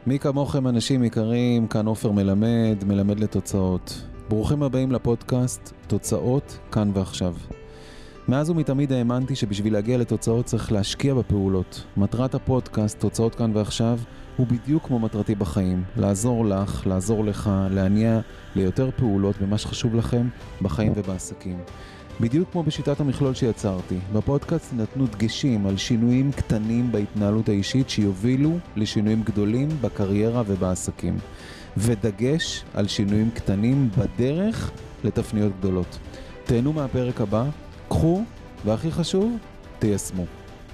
מי כמוכם אנשים יקרים, כאן עופר מלמד לתוצאות. ברוכים הבאים לפודקאסט, תוצאות כאן ועכשיו. מאז ומתמיד האמנתי שבשביל להגיע לתוצאות צריך להשקיע בפעולות. מטרת הפודקאסט, תוצאות כאן ועכשיו, הוא בדיוק כמו מטרתי בחיים. לעזור לך, לעזור לך, להניע ליותר פעולות במה שחשוב לכם בחיים ובעסקים. בדיוק כמו בשיטת המכלול שיצרתי, בפודקאסט נתנו דגשים על שינויים קטנים בהתנהלות האישית שיובילו לשינויים גדולים בקריירה ובעסקים. ודגש על שינויים קטנים בדרך לתפניות גדולות. תהנו מהפרק הבא, קחו, והכי חשוב, תיישמו.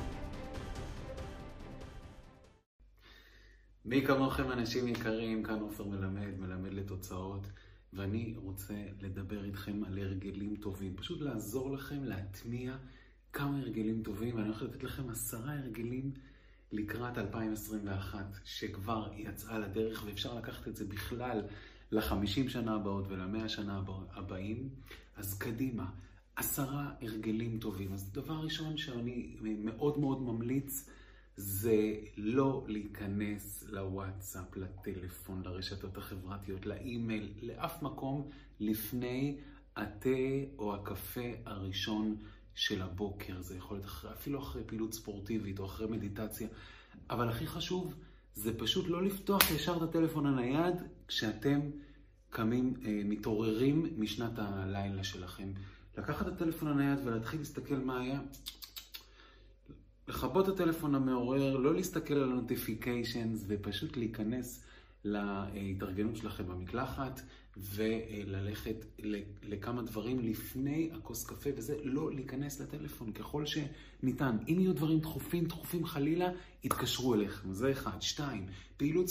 מי כמוכם אנשים יקרים, כאן עופר מלמד לתוצאות. ואני רוצה לדבר איתכם על הרגלים טובים. פשוט לעזור לכם להטמיע כמה הרגלים טובים, ואני הולך לתת לכם 10 הרגלים לקראת 2021, שכבר יצאה לדרך, ואפשר לקחת את זה בכלל ל-50 שנה הבאות ול-100 שנה הבאים. אז קדימה, 10 הרגלים טובים. אז דבר ראשון שאני מאוד מאוד ממליץ, זה לא להיכנס לוואטסאפ, לטלפון, לרשתות החברתיות, לאימייל, לאף מקום לפני התה או הקפה הראשון של הבוקר. זה יכול להיות אפילו אחרי פעילות ספורטיבית או אחרי מדיטציה. אבל הכי חשוב זה פשוט לא לפתוח ישר את הטלפון הנייד כשאתם קמים, מתעוררים משנת הלילה שלכם. לקחת את הטלפון הנייד ולהתחיל להסתכל מה היה. לחבות הטלפון המעורר, לא להסתכל על הנוטיפיקיישנס ופשוט להיכנס להתארגנות שלכם במקלחת וללכת לכמה דברים לפני הכוס קפה, וזה לא להיכנס לטלפון ככל שניתן. אם יהיו דברים דחופים חלילה, יתקשרו אליכם. זה 1. 2. פעילות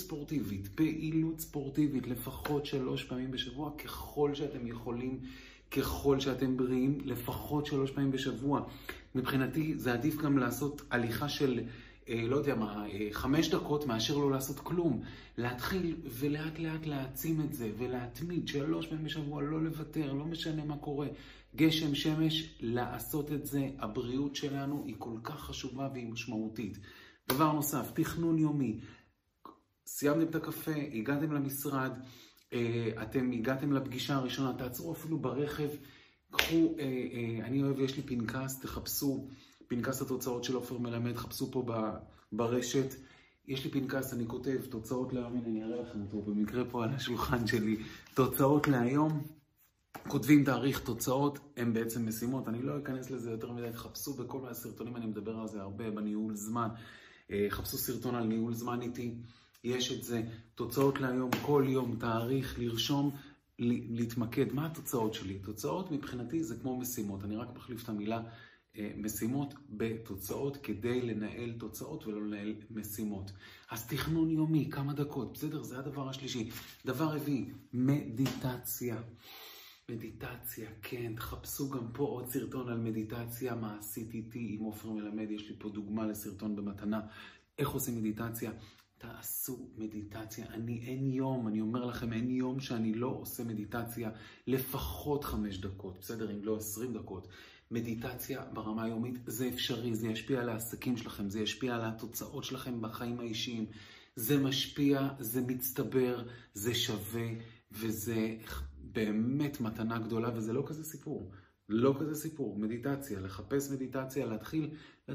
ספורטיבית לפחות 3 פעמים בשבוע, ככל שאתם יכולים, ככל שאתם בריאים, לפחות 3 פעמים בשבוע. מבחינתי זה עדיף גם לעשות הליכה של, לא יודע מה, 5 דקות מאשר לא לעשות כלום. להתחיל ולאט לאט להעצים את זה ולהתמיד 3 פעמים בשבוע, לא לוותר, לא משנה מה קורה. גשם, שמש, לעשות את זה. הבריאות שלנו היא כל כך חשובה והיא משמעותית. דבר נוסף, תכנון יומי. סיימתם את הקפה, הגעתם למשרד, אתם הגעתם לפגישה הראשונה, תעצרו אפילו ברכב, קחו, אני אוהב, יש לי פנקס, תחפשו, פנקס התוצאות של עופר מלמד, חפשו פה ברשת, יש לי פנקס, אני כותב תוצאות להיום, אני אראה לכם אותו במקרה פה על השולחן שלי, תוצאות להיום, כותבים תאריך תוצאות, הם בעצם משימות, אני לא אכנס לזה יותר מדי, תחפשו בכל הסרטונים, אני מדבר על זה הרבה בניהול זמן, חפשו סרטון על ניהול זמן איתי, יש את זה, תוצאות להיום, כל יום, תאריך, לרשום, להתמקד. מה התוצאות שלי? תוצאות מבחינתי זה כמו משימות. אני רק מחליף את המילה משימות בתוצאות כדי לנהל תוצאות ולא לנהל משימות. אז תכנון יומי, כמה דקות, בסדר? זה הדבר השלישי. דבר רביעי, מדיטציה. מדיטציה, כן, תחפשו גם פה עוד סרטון על מדיטציה, מה עשיתי איתי עם עופר מלמד, יש לי פה דוגמה לסרטון במתנה, איך עושים מדיטציה. תעשו מדיטציה. אני אומר לכם, אין יום שאני לא עושה מדיטציה לפחות 5 דקות, בסדר? אם לא 20 דקות. מדיטציה ברמה היומית זה אפשרי, זה ישפיע על העסקים שלכם, זה ישפיע על התוצאות שלכם בחיים האישיים. זה משפיע, זה מצטבר, זה שווה, וזה באמת מתנה גדולה, וזה לא כזה סיפור. לא כזה סיפור. מדיטציה, לחפש מדיטציה, להתחיל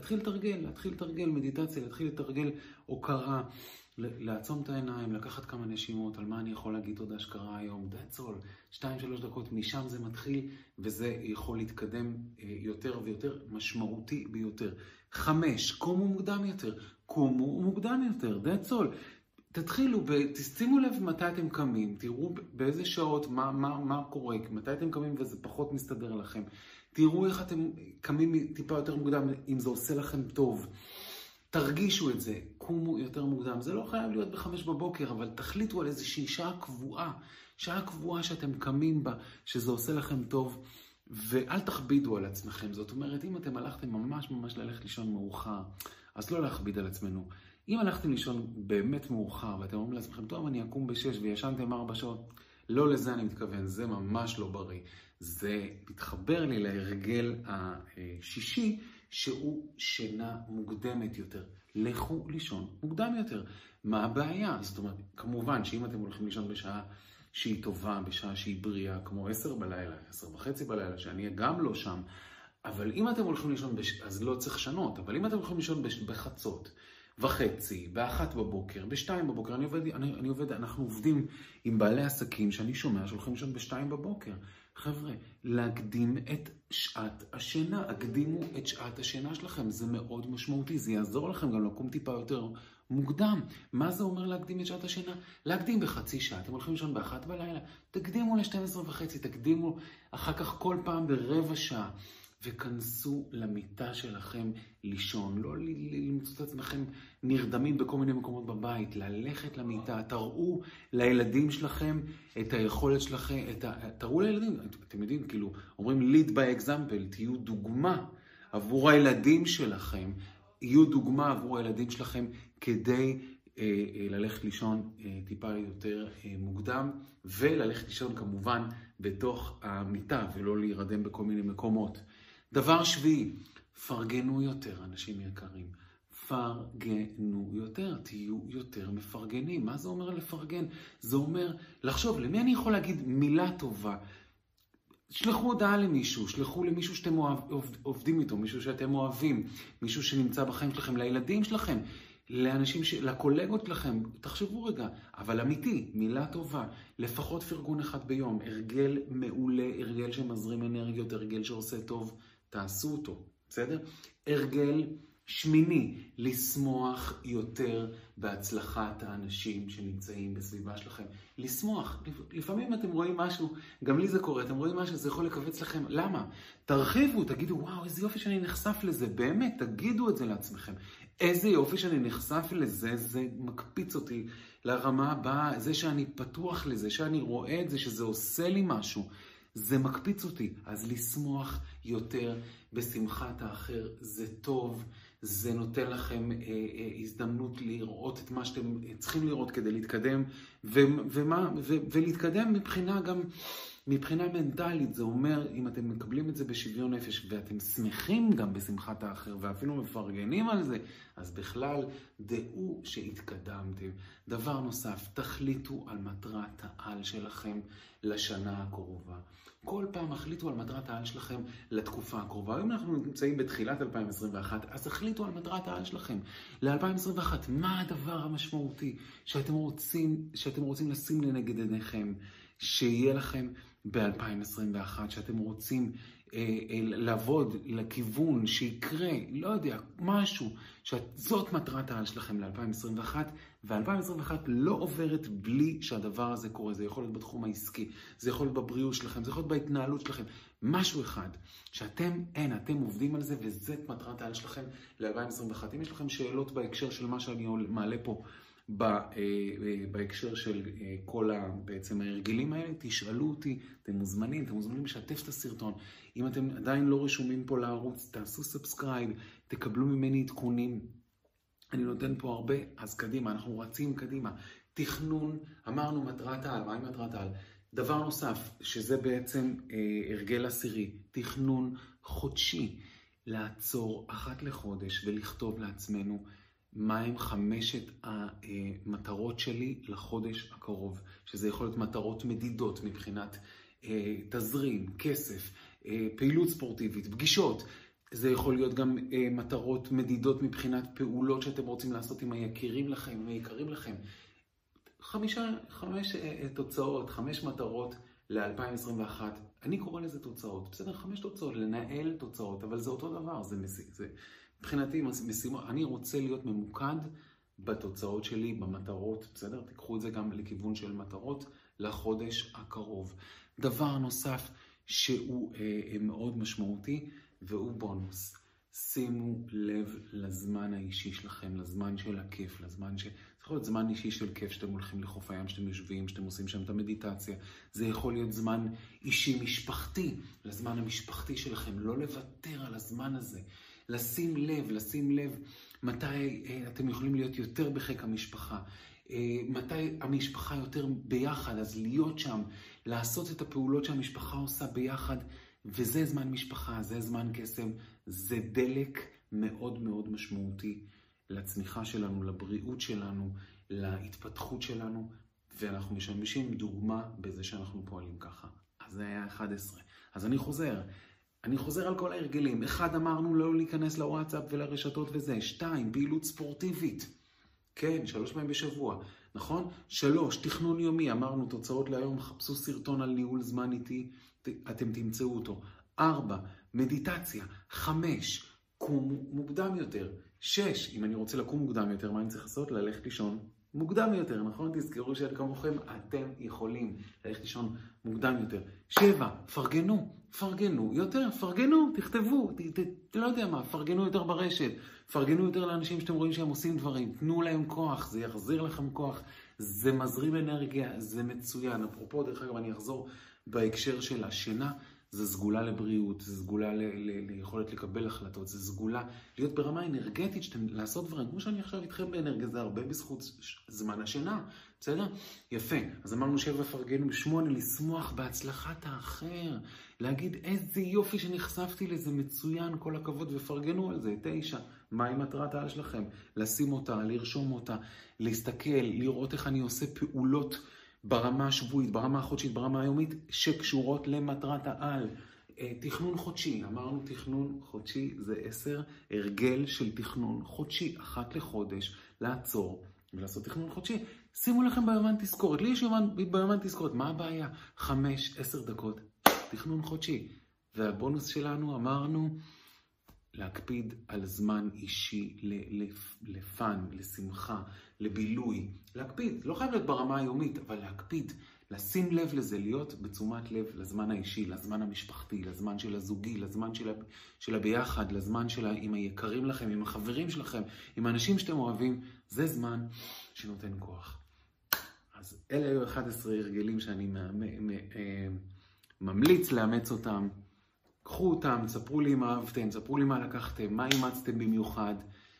לתרגל מדיטציה, להתחיל לתרגל הוקרה, לעצום את העיניים, לקחת כמה נשימות, על מה אני יכול להגיד תודה שקרה היום, that's all, 2-3 דקות, משם זה מתחיל, וזה יכול להתקדם יותר ויותר, משמעותי ביותר. 5, קומו מוקדם יותר, that's all. תתחילו, תשימו לב מתי אתם קמים, תראו באיזה שעות, מה קורה, מתי אתם קמים וזה פחות מסתדר לכם. תראו איך אתם קמים טיפה יותר מוקדם, אם זה עושה לכם טוב. תרגישו את זה, קומו יותר מוקדם. זה לא חייב להיות ב5 בבוקר, אבל תחליטו על איזושהי שעה קבועה שאתם קמים בה, שזה עושה לכם טוב, ואל תכבידו על עצמכם. זאת אומרת, אם אתם הלכתם ממש ללכת לישון מאוחר, אז לא להכביד על עצמנו. אם הלכתם לישון באמת מאוחר, ואתם אומרים לעצמכם, טוב, אני אקום ב6 וישנתם 4 שעות, לא לזה אני מתכוון, זה ממש לא בריא. זה מתחבר לי להרגל השישי, שהוא שינה מוקדמת יותר. לכו לישון מוקדם יותר. מה הבעיה? זאת אומרת, כמובן שאם אתם הולכים לישון בשעה שהיא טובה, בשעה שהיא בריאה, כמו 10 בלילה, 10:30 בלילה, שאני גם לא שם, אבל אם אתם הולכים לישון, אז לא צריך שנות, אבל אם אתם הולכים לישון בחצות, וחצי, ב1 בבוקר, ב2 בבוקר, אנחנו עובדים עם בעלי עסקים שאני שומע שהולכים לישון ב2 בבוקר. חבר'ה, להקדים את שעת השינה, הקדימו את שעת השינה שלכם, זה מאוד משמעותי, זה יעזור לכם גם לקום טיפה יותר מוקדם. מה זה אומר להקדים את שעת השינה? להקדים בחצי שעה, אתם הולכים לישון ב1 בלילה, תקדימו ל12:30, תקדימו אחר כך כל פעם ברבע שעה, וכנסו למיטה שלכם לישון, לא למצוא את עצמכם נרדמים בכל מיני מקומות בבית, ללכת למיטה, תראו לילדים שלכם את היכולת שלכם, תראו לילדים, אתם יודעים, כאילו, אומרים lead by example, תהיו דוגמה עבור הילדים שלכם, יהיו דוגמה עבור הילדים שלכם כדי ללכת לישון טיפה יותר מוקדם, וללכת לישון כמובן בתוך המיטה ולא להירדם בכל מיני מקומות. דבר שביעי, פרגנו יותר, אנשים יקרים. פרגנו יותר, תהיו יותר מפרגנים. מה זה אומר לפרגן? זה אומר לחשוב, למי אני יכול להגיד מילה טובה? שלחו הודעה למישהו, שלחו למישהו שאתם עובדים איתו, מישהו שאתם אוהבים, מישהו שנמצא בחיים שלכם, לילדים שלכם, לאנשים, לקולגות שלכם, תחשבו רגע, אבל אמיתי, מילה טובה, לפחות פרגון אחד ביום, הרגל מעולה, הרגל שמזרים אנרגיות, הרגל שעושה טוב, תעשו אותו, בסדר? הרגל שמיני, לשמוח יותר בהצלחת האנשים שנמצאים בסביבה שלכם. לשמוח, לפעמים אתם רואים משהו, גם לי זה קורה, אתם רואים משהו, זה יכול לקבץ לכם, למה? תרחיבו, תגידו, וואו, איזה יופי שאני נחשף לזה, באמת, תגידו את זה לעצמכם. איזה יופי שאני נחשף לזה, זה מקפיץ אותי לרמה הבאה, זה שאני פתוח לזה, שאני רואה את זה, שזה עושה לי משהו. זה מקפיץ אותי, אז לשמוח יותר בשמחת האחר, זה טוב, זה נותן לכם הזדמנות לראות את מה שאתם צריכים לראות כדי להתקדם, ולהתקדם מבחינה מנטלית, זה אומר, אם אתם מקבלים את זה בשוויון נפש, ואתם שמחים גם בשמחת האחר, ואפילו מפרגנים על זה, אז בכלל דעו שהתקדמתם. דבר נוסף, תחליטו על מטרת העל שלכם לשנה הקרובה. כל פעם החליטו על מטרת העל שלכם לתקופה הקרובה. אם אנחנו נמצאים בתחילת 2021, אז החליטו על מטרת העל שלכם ל-2021. מה הדבר המשמעותי שאתם רוצים לשים לנגד עיניכם, שיהיה לכם ב-2021, שאתם רוצים לעבוד לכיוון שיקרה, לא יודע, משהו, שזאת מטרת העל שלכם ל-2021, ו-2021 לא עוברת בלי שהדבר הזה קורה. זה יכול להיות בתחום העסקי, זה יכול להיות בבריאות שלכם, זה יכול להיות בהתנהלות שלכם, משהו אחד, שאתם עובדים על זה, וזאת מטרת העל שלכם ל-2021. אם יש לכם שאלות בהקשר של מה שאני מעלה פה, בהקשר של כל בעצם ההרגלים האלה, תשאלו אותי, אתם מוזמנים לשתף את הסרטון. אם אתם עדיין לא רשומים פה לערוץ, תעשו סאבסקרייב, תקבלו ממני עדכונים. אני נותן פה הרבה, אז קדימה, אנחנו רצים קדימה. תכנון, אמרנו מטרת העל, מהי מטרת העל? דבר נוסף, שזה בעצם הרגל עשירי, תכנון חודשי, לעצור אחת לחודש ולכתוב לעצמנו מהם 5 המטרות שלי לחודש הקרוב, שזה יכול להיות מטרות מדידות מבחינת תזרים, כסף, פעילות ספורטיבית, פגישות. זה יכול להיות גם מטרות מדידות מבחינת פעולות שאתם רוצים לעשות עם היקירים לכם, עם היקרים לכם. 5 תוצאות, 5 מטרות ל-2021. אני קורא לזה תוצאות, בסדר? 5 תוצאות, לנהל תוצאות, אבל זה אותו דבר, זה מבחינתי משימה, אני רוצה להיות ממוקד בתוצאות שלי, במטרות, בסדר? תיקחו את זה גם לכיוון של מטרות לחודש הקרוב. דבר נוסף שהוא מאוד משמעותי, והוא בונוס. שימו לב לזמן האישי שלכם, לזמן של הכיף, לזמן זה יכול להיות זמן אישי של כיף, שאתם הולכים לחוף הים, שאתם יושבים, שאתם עושים שם את המדיטציה. זה יכול להיות זמן אישי משפחתי, לזמן המשפחתי שלכם, לא לוותר על הזמן הזה. לשים לב מתי אתם יכולים להיות יותר בחיק המשפחה, מתי המשפחה יותר ביחד, אז להיות שם, לעשות את הפעולות שהמשפחה עושה ביחד, וזה זמן משפחה, זה זמן קסם, זה דלק מאוד מאוד משמעותי לצמיחה שלנו, לבריאות שלנו, להתפתחות שלנו, ואנחנו משמשים דוגמה בזה שאנחנו פועלים ככה. אז זה היה 11. אז אני חוזר על כל ההרגלים. 1, אמרנו לא להיכנס לוואטסאפ ולרשתות וזה. 2, פעילות ספורטיבית. כן, 3 פעמים בשבוע. נכון? 3, תכנון יומי. אמרנו תוצאות להיום, חפשו סרטון על ניהול זמן איתי, אתם תמצאו אותו. 4, מדיטציה. 5, קום מוקדם יותר. 6, אם אני רוצה לקום מוקדם יותר, מה אני צריך לעשות? ללכת לישון מוקדם יותר, נכון? תזכרו שכמוכם אתם יכולים ללכת לישון מוקדם יותר. 7, פרגנו יותר, תכתבו, לא יודע מה, פרגנו יותר ברשת, פרגנו יותר לאנשים שאתם רואים שהם עושים דברים, תנו להם כוח, זה יחזיר לכם כוח, זה מזרים אנרגיה, זה מצוין. אפרופו, דרך אגב, אני אחזור בהקשר של השינה, זה סגולה לבריאות, זה סגולה ליכולת לקבל החלטות, זה סגולה להיות ברמה אנרגטית, לעשות דברים, כמו שאני עכשיו איתכם באנרגיה, זה הרבה בזכות זמן השינה, בסדר? יפה, אז אמרנו 7, פרגנו. 8, לשמוח בהצלחת האחר, להגיד איזה יופי שנחשפתי לזה, מצוין, כל הכבוד, ופרגנו על זה. 9, מהי מטרת העל שלכם? לשים אותה, לרשום אותה, להסתכל, לראות איך אני עושה פעולות, ברמה השבועית, ברמה החודשית, ברמה היומית, שקשורות למטרת העל. תכנון חודשי, אמרנו תכנון חודשי זה 10, הרגל של תכנון חודשי, 1 לחודש, לעצור ולעשות תכנון חודשי. שימו לכם ביומן תזכורת, לי יש ביומן תזכורת, מה הבעיה? 5-10 דקות, תכנון חודשי. והבונוס שלנו אמרנו, להקפיד על זמן אישי לפן, לשמחה, לבילוי. להקפיד, לא חייב להיות ברמה היומית, אבל להקפיד, לשים לב לזה, להיות בתשומת לב לזמן האישי, לזמן המשפחתי, לזמן של הזוגי, לזמן של הביחד, לזמן עם היקרים לכם, עם החברים שלכם, עם האנשים שאתם אוהבים. זה זמן שנותן כוח. אז אלה היו 11 הרגלים שאני ממליץ לאמץ אותם. קחו אותם, ספרו לי מה אהבתם, ספרו לי מה לקחתם, מה אימצתם במיוחד,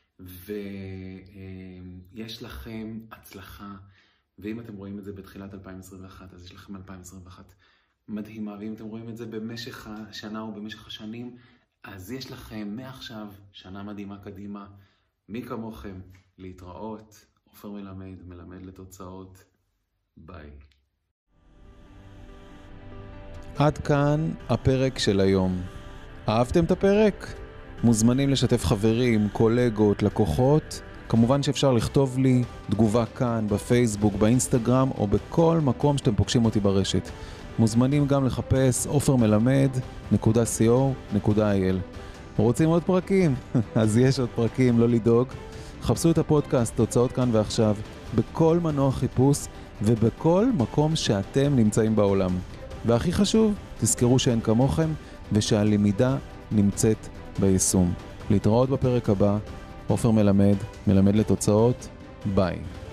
ויש לכם הצלחה, ואם אתם רואים את זה בתחילת 2021, אז יש לכם 2021 מדהימה, ואם אתם רואים את זה במשך השנה או במשך השנים, אז יש לכם מעכשיו שנה מדהימה קדימה. מי כמוכם? להתראות. עופר מלמד לתוצאות. ביי. עד כאן הפרק של היום. אהבתם את הפרק? מוזמנים לשתף חברים, קולגות, לקוחות. כמובן שאפשר לכתוב לי תגובה כאן, בפייסבוק, באינסטגרם, או בכל מקום שאתם פוגשים אותי ברשת. מוזמנים גם לחפש offermelamed.co.il. רוצים עוד פרקים? אז יש עוד פרקים, לא לדאוג. חפשו את הפודקאסט, תוצאות כאן ועכשיו, בכל מנוע חיפוש ובכל מקום שאתם נמצאים בעולם. והכי חשוב, תזכרו שאין כמוכם ושהלמידה נמצאת ביישום. להתראות בפרק הבא. עופר מלמד לתוצאות. ביי.